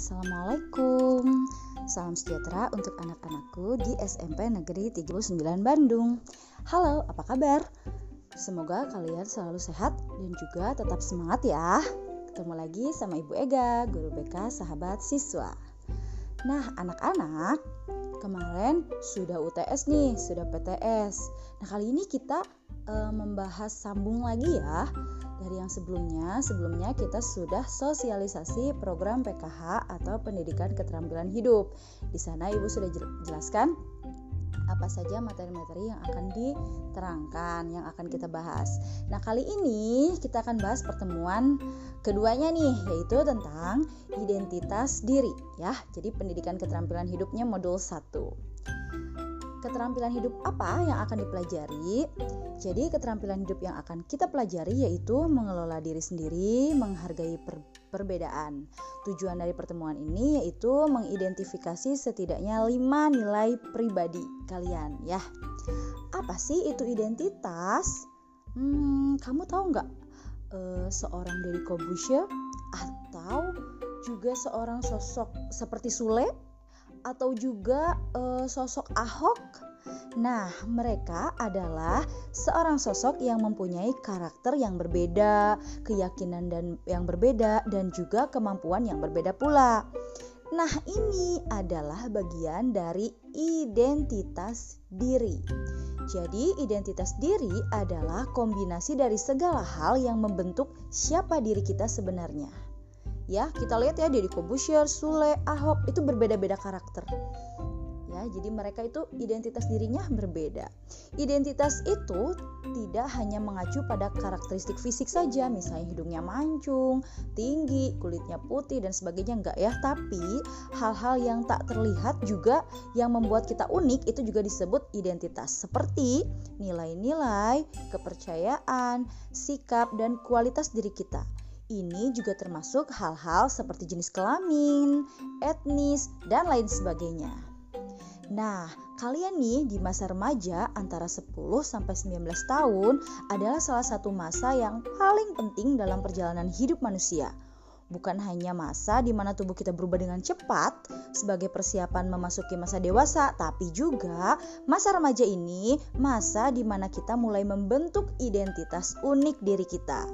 Assalamualaikum. Salam sejahtera untuk anak-anakku di SMP Negeri 39 Bandung. Halo, apa kabar? Semoga kalian selalu sehat dan juga tetap semangat ya. Ketemu lagi sama Ibu Ega, guru BK sahabat siswa. Nah, anak-anak, kemarin sudah UTS nih, sudah PTS. Nah, kali ini kita membahas sambung lagi ya dari yang sebelumnya kita sudah sosialisasi program PKH atau pendidikan keterampilan hidup. Di sana Ibu sudah jelaskan apa saja materi-materi yang akan diterangkan, yang akan kita bahas. Nah, kali ini kita akan bahas pertemuan keduanya nih, yaitu tentang identitas diri ya. Jadi pendidikan keterampilan hidupnya modul 1. Keterampilan hidup apa yang akan dipelajari? Jadi keterampilan hidup yang akan kita pelajari yaitu mengelola diri sendiri, menghargai perbedaan. Tujuan dari pertemuan ini yaitu mengidentifikasi setidaknya 5 nilai pribadi kalian ya. Apa sih itu identitas? Kamu tahu nggak? Seorang Deddy Corbuzier atau juga seorang sosok seperti Sule? Atau juga sosok Ahok. Nah, mereka adalah seorang sosok yang mempunyai karakter yang berbeda, keyakinan yang berbeda, dan juga kemampuan yang berbeda pula. Nah, ini adalah bagian dari identitas diri. Jadi, identitas diri adalah kombinasi dari segala hal yang membentuk siapa diri kita sebenarnya. Ya, kita lihat ya, Deddy Corbuzier, Sule, Ahok itu berbeda-beda karakter. Ya, jadi mereka itu identitas dirinya berbeda. Identitas itu tidak hanya mengacu pada karakteristik fisik saja, misalnya hidungnya mancung, tinggi, kulitnya putih dan sebagainya, enggak ya, tapi hal-hal yang tak terlihat juga yang membuat kita unik itu juga disebut identitas, seperti nilai-nilai, kepercayaan, sikap dan kualitas diri kita. Ini juga termasuk hal-hal seperti jenis kelamin, etnis, dan lain sebagainya. Nah, kalian nih di masa remaja antara 10 sampai 19 tahun adalah salah satu masa yang paling penting dalam perjalanan hidup manusia. Bukan hanya masa di mana tubuh kita berubah dengan cepat sebagai persiapan memasuki masa dewasa, tapi juga masa remaja ini masa di mana kita mulai membentuk identitas unik diri kita.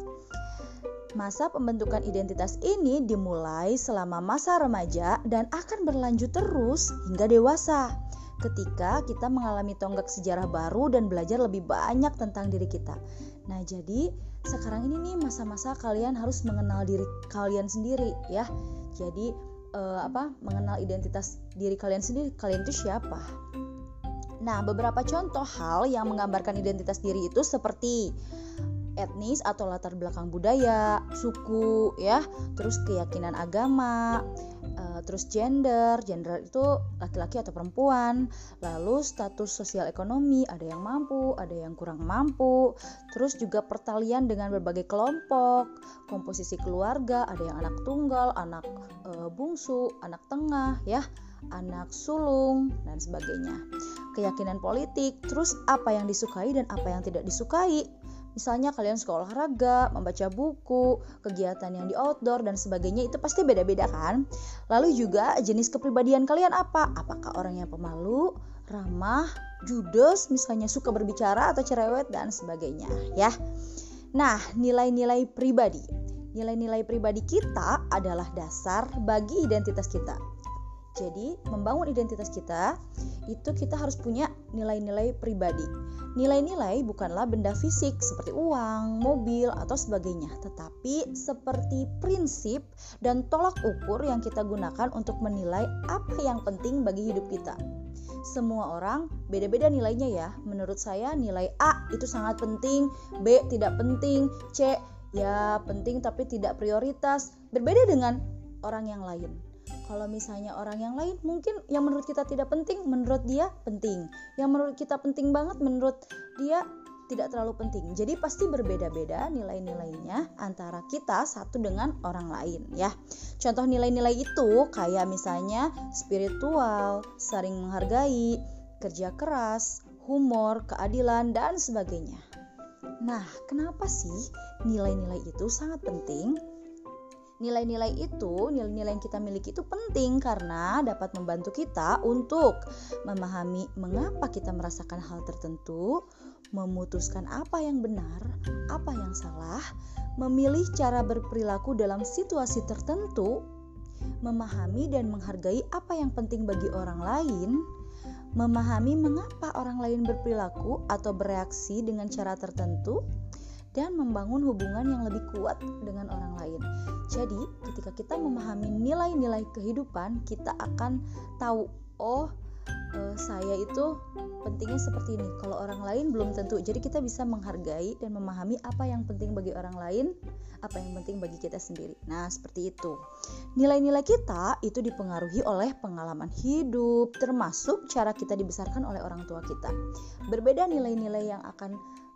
Masa pembentukan identitas ini dimulai selama masa remaja dan akan berlanjut terus hingga dewasa. Ketika kita mengalami tonggak sejarah baru dan belajar lebih banyak tentang diri kita. Nah, jadi sekarang ini nih masa-masa kalian harus mengenal diri kalian sendiri ya. Jadi mengenal identitas diri kalian sendiri. Kalian itu siapa? Nah, beberapa contoh hal yang menggambarkan identitas diri itu seperti etnis atau latar belakang budaya, suku ya, terus keyakinan agama, terus gender itu laki-laki atau perempuan, lalu status sosial ekonomi, ada yang mampu, ada yang kurang mampu, terus juga pertalian dengan berbagai kelompok, komposisi keluarga, ada yang anak tunggal, anak bungsu, anak tengah ya, anak sulung dan sebagainya. Keyakinan politik, terus apa yang disukai dan apa yang tidak disukai. Misalnya kalian suka olahraga, membaca buku, kegiatan yang di outdoor dan sebagainya, itu pasti beda-beda kan? Lalu juga jenis kepribadian kalian apa? Apakah orang yang pemalu, ramah, judes, misalnya suka berbicara atau cerewet dan sebagainya ya. Nah, nilai-nilai pribadi. Nilai-nilai pribadi kita adalah dasar bagi identitas kita. Jadi, membangun identitas kita, itu kita harus punya nilai-nilai pribadi. Nilai-nilai bukanlah benda fisik seperti uang, mobil, atau sebagainya, tetapi seperti prinsip dan tolak ukur yang kita gunakan untuk menilai apa yang penting bagi hidup kita. Semua orang beda-beda nilainya ya. Menurut saya nilai A itu sangat penting, B tidak penting, C ya penting tapi tidak prioritas. Berbeda dengan orang yang lain. Kalau misalnya orang yang lain mungkin yang menurut kita tidak penting, menurut dia penting. Yang menurut kita penting banget, menurut dia tidak terlalu penting. Jadi pasti berbeda-beda nilai-nilainya antara kita satu dengan orang lain ya. Contoh nilai-nilai itu kayak misalnya spiritual, saling menghargai, kerja keras, humor, keadilan dan sebagainya. Nah, kenapa sih nilai-nilai itu sangat penting? Nilai-nilai yang kita miliki itu penting karena dapat membantu kita untuk memahami mengapa kita merasakan hal tertentu, memutuskan apa yang benar, apa yang salah, memilih cara berperilaku dalam situasi tertentu, memahami dan menghargai apa yang penting bagi orang lain, memahami mengapa orang lain berperilaku atau bereaksi dengan cara tertentu, dan membangun hubungan yang lebih kuat dengan orang lain. Jadi, ketika kita memahami nilai-nilai kehidupan, kita akan tahu, saya itu pentingnya seperti ini. Kalau orang lain belum tentu. Jadi kita bisa menghargai dan memahami apa yang penting bagi orang lain, apa yang penting bagi kita sendiri. Nah, seperti itu. Nilai-nilai kita itu dipengaruhi oleh pengalaman hidup, termasuk cara kita dibesarkan oleh orang tua kita. Berbeda nilai-nilai yang akan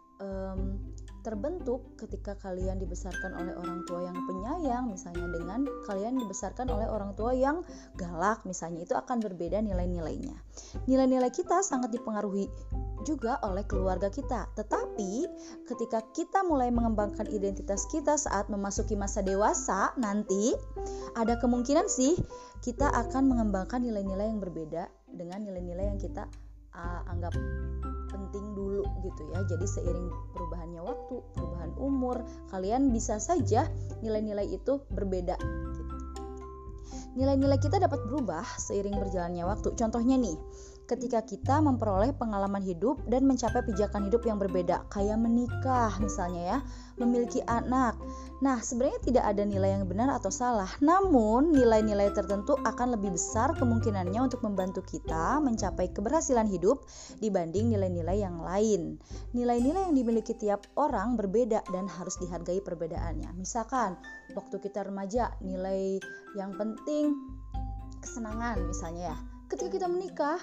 terbentuk ketika kalian dibesarkan oleh orang tua yang penyayang, misalnya dengan kalian dibesarkan oleh orang tua yang galak, misalnya, itu akan berbeda nilai-nilainya. Nilai-nilai kita sangat dipengaruhi juga oleh keluarga kita. Tetapi ketika kita mulai mengembangkan identitas kita saat memasuki masa dewasa, nanti ada kemungkinan sih kita akan mengembangkan nilai-nilai yang berbeda dengan nilai-nilai yang kita anggap penting dulu gitu ya. Jadi seiring perubahannya waktu, perubahan umur, kalian bisa saja nilai-nilai itu berbeda gitu. Nilai-nilai kita dapat berubah seiring berjalannya waktu. Contohnya nih, ketika kita memperoleh pengalaman hidup dan mencapai pijakan hidup yang berbeda, kayak menikah misalnya ya, memiliki anak. Nah, sebenarnya tidak ada nilai yang benar atau salah, namun nilai-nilai tertentu akan lebih besar kemungkinannya untuk membantu kita mencapai keberhasilan hidup dibanding nilai-nilai yang lain. Nilai-nilai yang dimiliki tiap orang berbeda dan harus dihargai perbedaannya. Misalkan waktu kita remaja, nilai yang penting kesenangan misalnya ya. Ketika kita menikah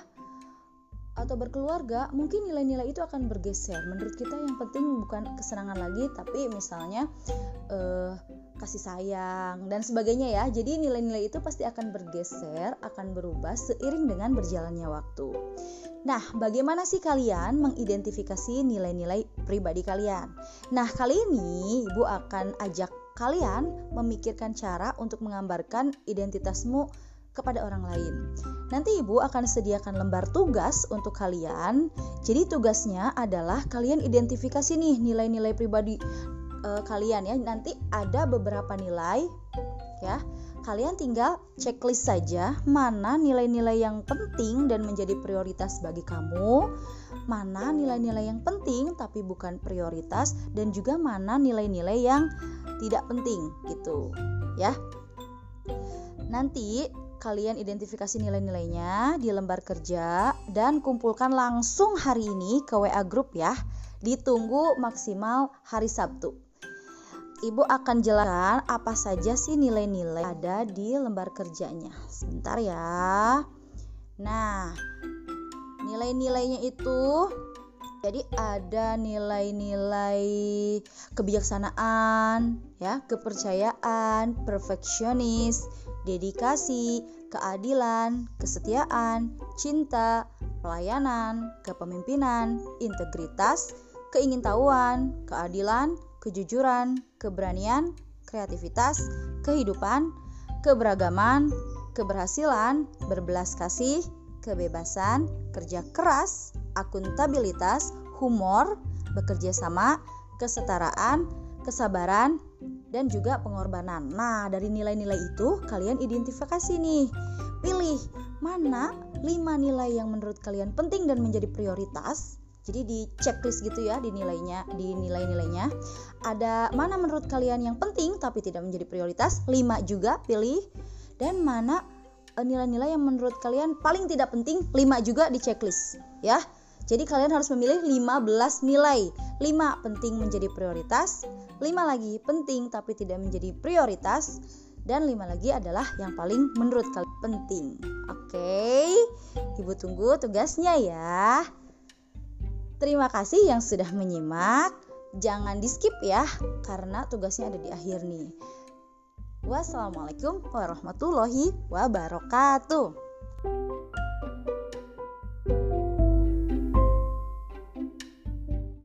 atau berkeluarga, mungkin nilai-nilai itu akan bergeser. Menurut kita yang penting bukan kesenangan lagi, tapi misalnya kasih sayang dan sebagainya ya. Jadi nilai-nilai itu pasti akan bergeser, akan berubah seiring dengan berjalannya waktu. Nah, bagaimana sih kalian mengidentifikasi nilai-nilai pribadi kalian? Nah, kali ini Ibu akan ajak kalian memikirkan cara untuk menggambarkan identitasmu kepada orang lain. Nanti Ibu akan sediakan lembar tugas untuk kalian. Jadi tugasnya adalah kalian identifikasi nih nilai-nilai pribadi kalian ya. Nanti ada beberapa nilai ya. Kalian tinggal checklist saja mana nilai-nilai yang penting dan menjadi prioritas bagi kamu, mana nilai-nilai yang penting tapi bukan prioritas, dan juga mana nilai-nilai yang tidak penting gitu ya. Nanti kalian identifikasi nilai-nilainya di lembar kerja dan kumpulkan langsung hari ini ke WA group ya. Ditunggu maksimal hari Sabtu. Ibu akan jelaskan apa saja sih nilai-nilai ada di lembar kerjanya. Sebentar ya. Nah, nilai-nilainya itu jadi ada nilai-nilai kebijaksanaan, ya, kepercayaan, perfeksionis, dedikasi, keadilan, kesetiaan, cinta, pelayanan, kepemimpinan, integritas, keingintahuan, keadilan, kejujuran, keberanian, kreativitas, kehidupan, keberagaman, keberhasilan, berbelas kasih, kebebasan, kerja keras, akuntabilitas, humor, bekerja sama, kesetaraan, kesabaran, dan juga pengorbanan. Nah, dari nilai-nilai itu kalian identifikasi nih. Pilih mana 5 nilai yang menurut kalian penting dan menjadi prioritas. Jadi di checklist gitu ya, di nilai-nilainya. Ada mana menurut kalian yang penting tapi tidak menjadi prioritas, 5 juga pilih. Dan mana nilai-nilai yang menurut kalian paling tidak penting, 5 juga di checklist ya. Jadi kalian harus memilih 15 nilai. 5 penting menjadi prioritas, 5 lagi penting tapi tidak menjadi prioritas, dan 5 lagi adalah yang paling menurut kalian penting. Oke, Ibu tunggu tugasnya ya. Terima kasih yang sudah menyimak. Jangan di skip ya, karena tugasnya ada di akhir nih. Wassalamualaikum warahmatullahi wabarakatuh.